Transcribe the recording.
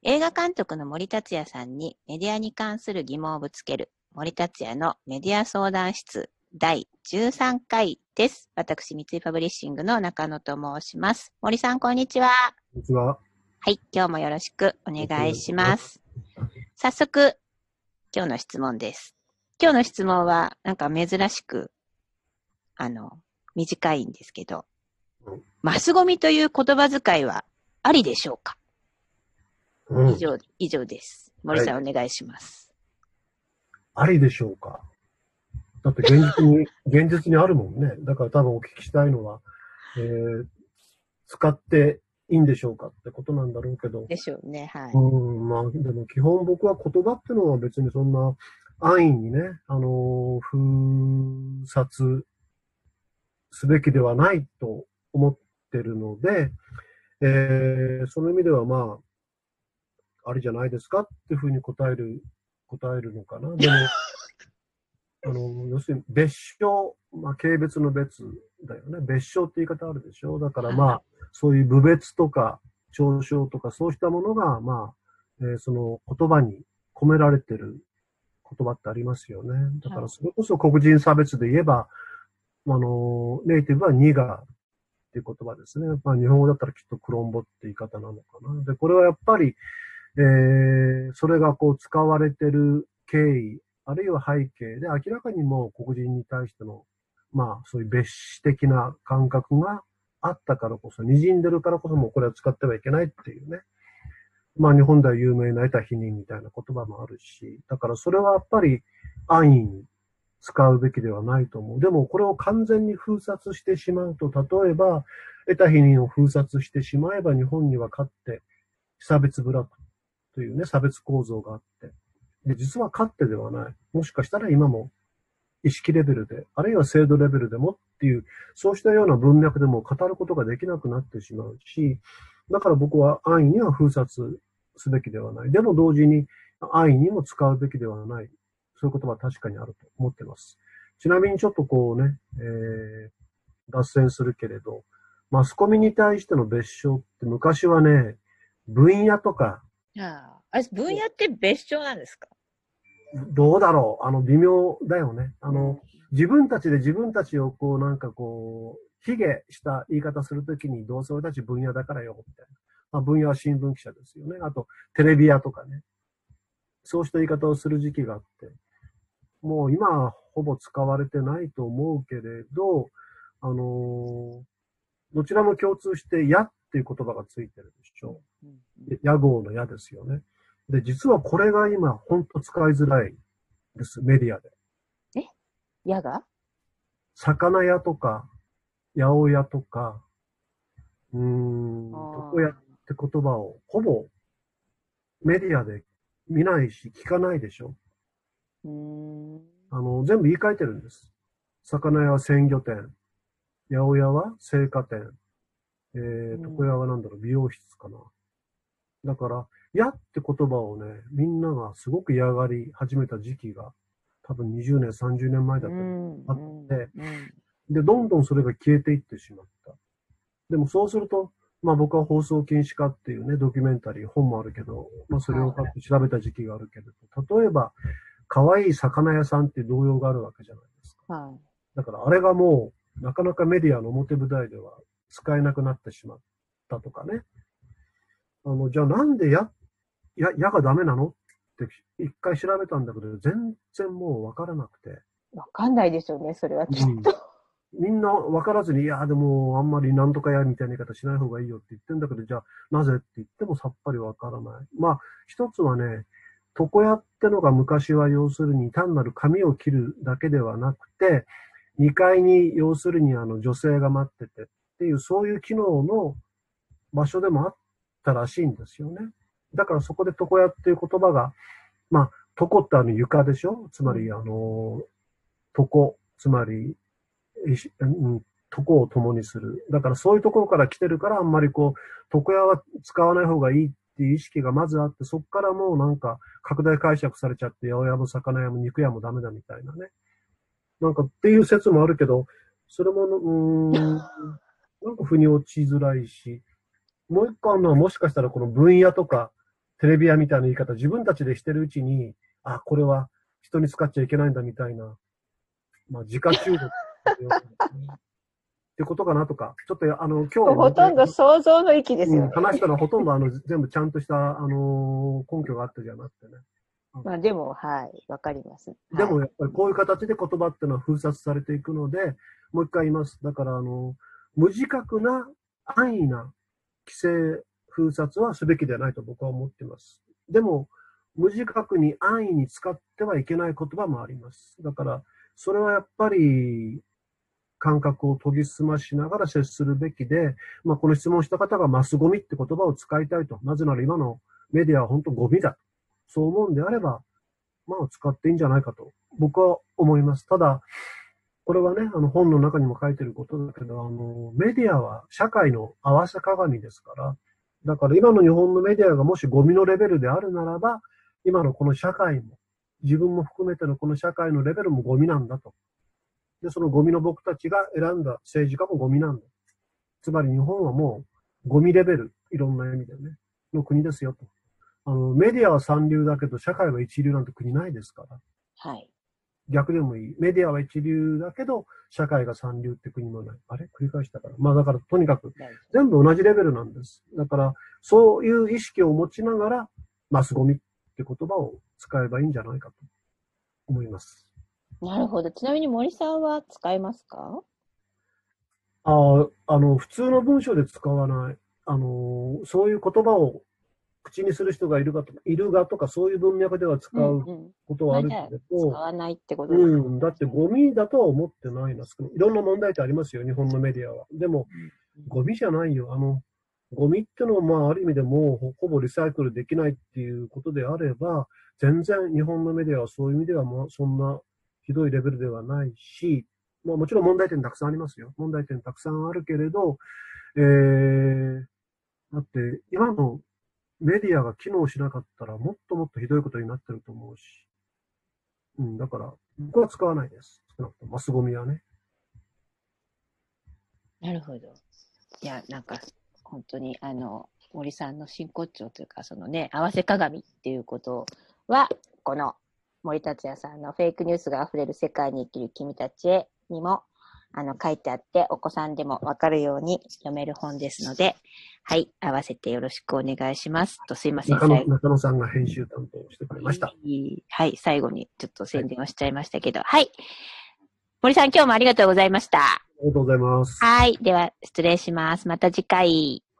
映画監督の森達也さんにメディアに関する疑問をぶつける森達也のメディア相談室第13回です。私、三井パブリッシングの中野と申します。森さん、こんにちは。 こんにちは。 はい、今日もよろしくお願いします。早速、今日の質問です。今日の質問は、なんか珍しく、短いんですけど、マスゴミという言葉遣いはありでしょうか？以上です。森さん、はい、お願いします。 ありでしょうか？だって現実にあるもんね。だから多分お聞きしたいのは、使っていいんでしょうかってことなんだろうけど。 でしょうね、はい。 まあ、でも基本僕は言葉っていうのは別にそんな安易にね、封殺すべきではないと思ってるので、その意味ではまあ、ありじゃないですかっていうふうに答えるのかな。でも、要するに別称、まあ、軽蔑の別だよね。別称って言い方あるでしょ。だからまあ、そういう侮蔑とか嘲笑とかそうしたものが、まあ、その言葉に込められてる言葉ってありますよね。だからそれこそ黒人差別で言えば、ネイティブはニガーっていう言葉ですね。まあ、日本語だったらきっとクロンボって言い方なのかな。で、これはやっぱり、それがこう使われてる経緯、あるいは背景で明らかにもう黒人に対しての、まあそういう別視的な感覚があったからこそ、滲んでるからこそもうこれは使ってはいけないっていうね。まあ日本では有名な得た否認みたいな言葉もあるし、だからそれはやっぱり安易に使うべきではないと思う。でもこれを完全に封殺してしまうと、例えば得た否認を封殺してしまえば日本にはかって被差別部落というね、差別構造があって。で、実は勝手ではない。もしかしたら今も意識レベルで、あるいは制度レベルでもっていう、そうしたような文脈でも語ることができなくなってしまうし、だから僕は安易には封殺すべきではない。でも同時に安易にも使うべきではない。そういうことは確かにあると思っています。ちなみにちょっとこうね、脱線するけれど、マスコミに対しての別称って昔はね、分野とか、 分野って別称なんですか？ どうだろう、微妙だよね。自分たちで自分たちをこう、なんかこう、卑下した言い方するときに、どうせ俺たち分野だからよ、みたいな。まあ、分野は新聞記者ですよね。あと、テレビ屋とかね。そうした言い方をする時期があって、もう今はほぼ使われてないと思うけれど、どちらも共通して、やっていう言葉がついてるでしょう。屋号の矢ですよね。で、実はこれが今、本当使いづらいです、メディアで。 矢が？ 魚屋とか、八百屋とか、床屋って言葉をほぼメディアで見ないし聞かないでしょ。全部言い換えてるんです。魚屋は鮮魚店、八百屋は青果店、床屋はなんだろう、美容室かな。だから、やって言葉をね、みんながすごく嫌がり始めた時期が、多分20年、30年前だったあって、で、どんどんそれが消えていってしまった。でもそうすると、まあ僕は放送禁止化っていうね、ドキュメンタリー、本もあるけど、まあそれを調べた時期があるけれど、例えば、可愛い魚屋さんって動揺があるわけじゃないですか。だからあれがもう、なかなかメディアの表舞台では使えなくなってしまったとかね。じゃあなんでやがダメなのって一回調べたんだけど、全然もうわからなくて。 わかんないでしょうね、それはきっと。 みんなわからずに、いや、でもあんまりなんとかやみたいな言い方しない方がいいよって言ってんだけど、じゃあなぜって言ってもさっぱりわからない。まあ、一つはね、床屋ってのが昔は要するに単なる髪を切るだけではなくて、2階に要するに女性が待っててっていう、そういう機能の場所でもあったらしいんですよね。だからそこで床屋っていう言葉が、まあ、床って床でしょ？つまり床、つまり、床を共にする。だからそういうところから来てるから、あんまりこう、床屋は使わない方がいいっていう意識がまずあって、そこからもうなんか拡大解釈されちゃって、八百屋も魚屋も肉屋もダメだみたいなね。なんかっていう説もあるけど、それも、なんか腑に落ちづらいし、もう一個あるのはもしかしたらこの分野とかテレビ屋みたいな言い方、自分たちでしてるうちに、あ、これは人に使っちゃいけないんだみたいな、まあ、自家中毒ってことかなとか、ちょっと今日、 ほとんど想像の域ですよね。 話したらほとんど全部ちゃんとした、根拠があったじゃなくてね。 まあでも、はい、わかります。 でもやっぱりこういう形で言葉っていうのは封殺されていくので、もう一回言います。だから無自覚な安易な規制封殺はすべきではないと僕は思っています。でも、無自覚に安易に使ってはいけない言葉もあります。だから、それはやっぱり感覚を研ぎ澄ましながら接するべきで、まあ、この質問した方がマスゴミって言葉を使いたいと。なぜなら今のメディアは本当ゴミだ。そう思うんであれば、まあ、使っていいんじゃないかと僕は思います。ただ、これはね、本の中にも書いてることだけど、メディアは社会の合わせ鏡ですから、だから今の日本のメディアがもしゴミのレベルであるならば、今のこの社会も、自分も含めてのこの社会のレベルもゴミなんだと。で、そのゴミの僕たちが選んだ政治家もゴミなんだ。つまり日本はもうゴミレベル、いろんな意味でね、の国ですよと。メディアは三流だけど、社会は一流なんて国ないですから。 はい。 逆でもいい。メディアは一流だけど、社会が三流って国もない。あれ繰り返したから。まあだから、とにかく、全部同じレベルなんです。だから、そういう意識を持ちながら、マスゴミって言葉を使えばいいんじゃないかと思います。 なるほど。ちなみに森さんは使えますか？ 普通の文章で使わない。そういう言葉を口にする人がいるがとか、そういう文脈では使うことはあるけれど、 使わないってことですね。 だってゴミだとは思ってないな。いろんな問題ってありますよ、日本のメディアは。でも、ゴミじゃないよ。ゴミってのは、まあ、ある意味でもうほぼリサイクルできないっていうことであれば、全然日本のメディアはそういう意味では、まあ、そんなひどいレベルではないし、まあ、もちろん問題点たくさんありますよ。問題点たくさんあるけれど、だって今のメディアが機能しなかったらもっともっとひどいことになってると思うし。だから、僕は使わないです。少なくともマスゴミはね。 なるほど。いや、なんか、本当に、森さんの真骨頂というか、そのね、合わせ鏡っていうことは、この森達也さんのフェイクニュースが溢れる世界に生きる君たちへにも、書いてあって、お子さんでもわかるように読める本ですので、はい、合わせてよろしくお願いします。すいません。 中野さんが編集担当してくれました。 はい、最後にちょっと宣伝をしちゃいましたけど、はい。森さん、今日もありがとうございました。 ありがとうございます。 はい、では失礼します。また次回。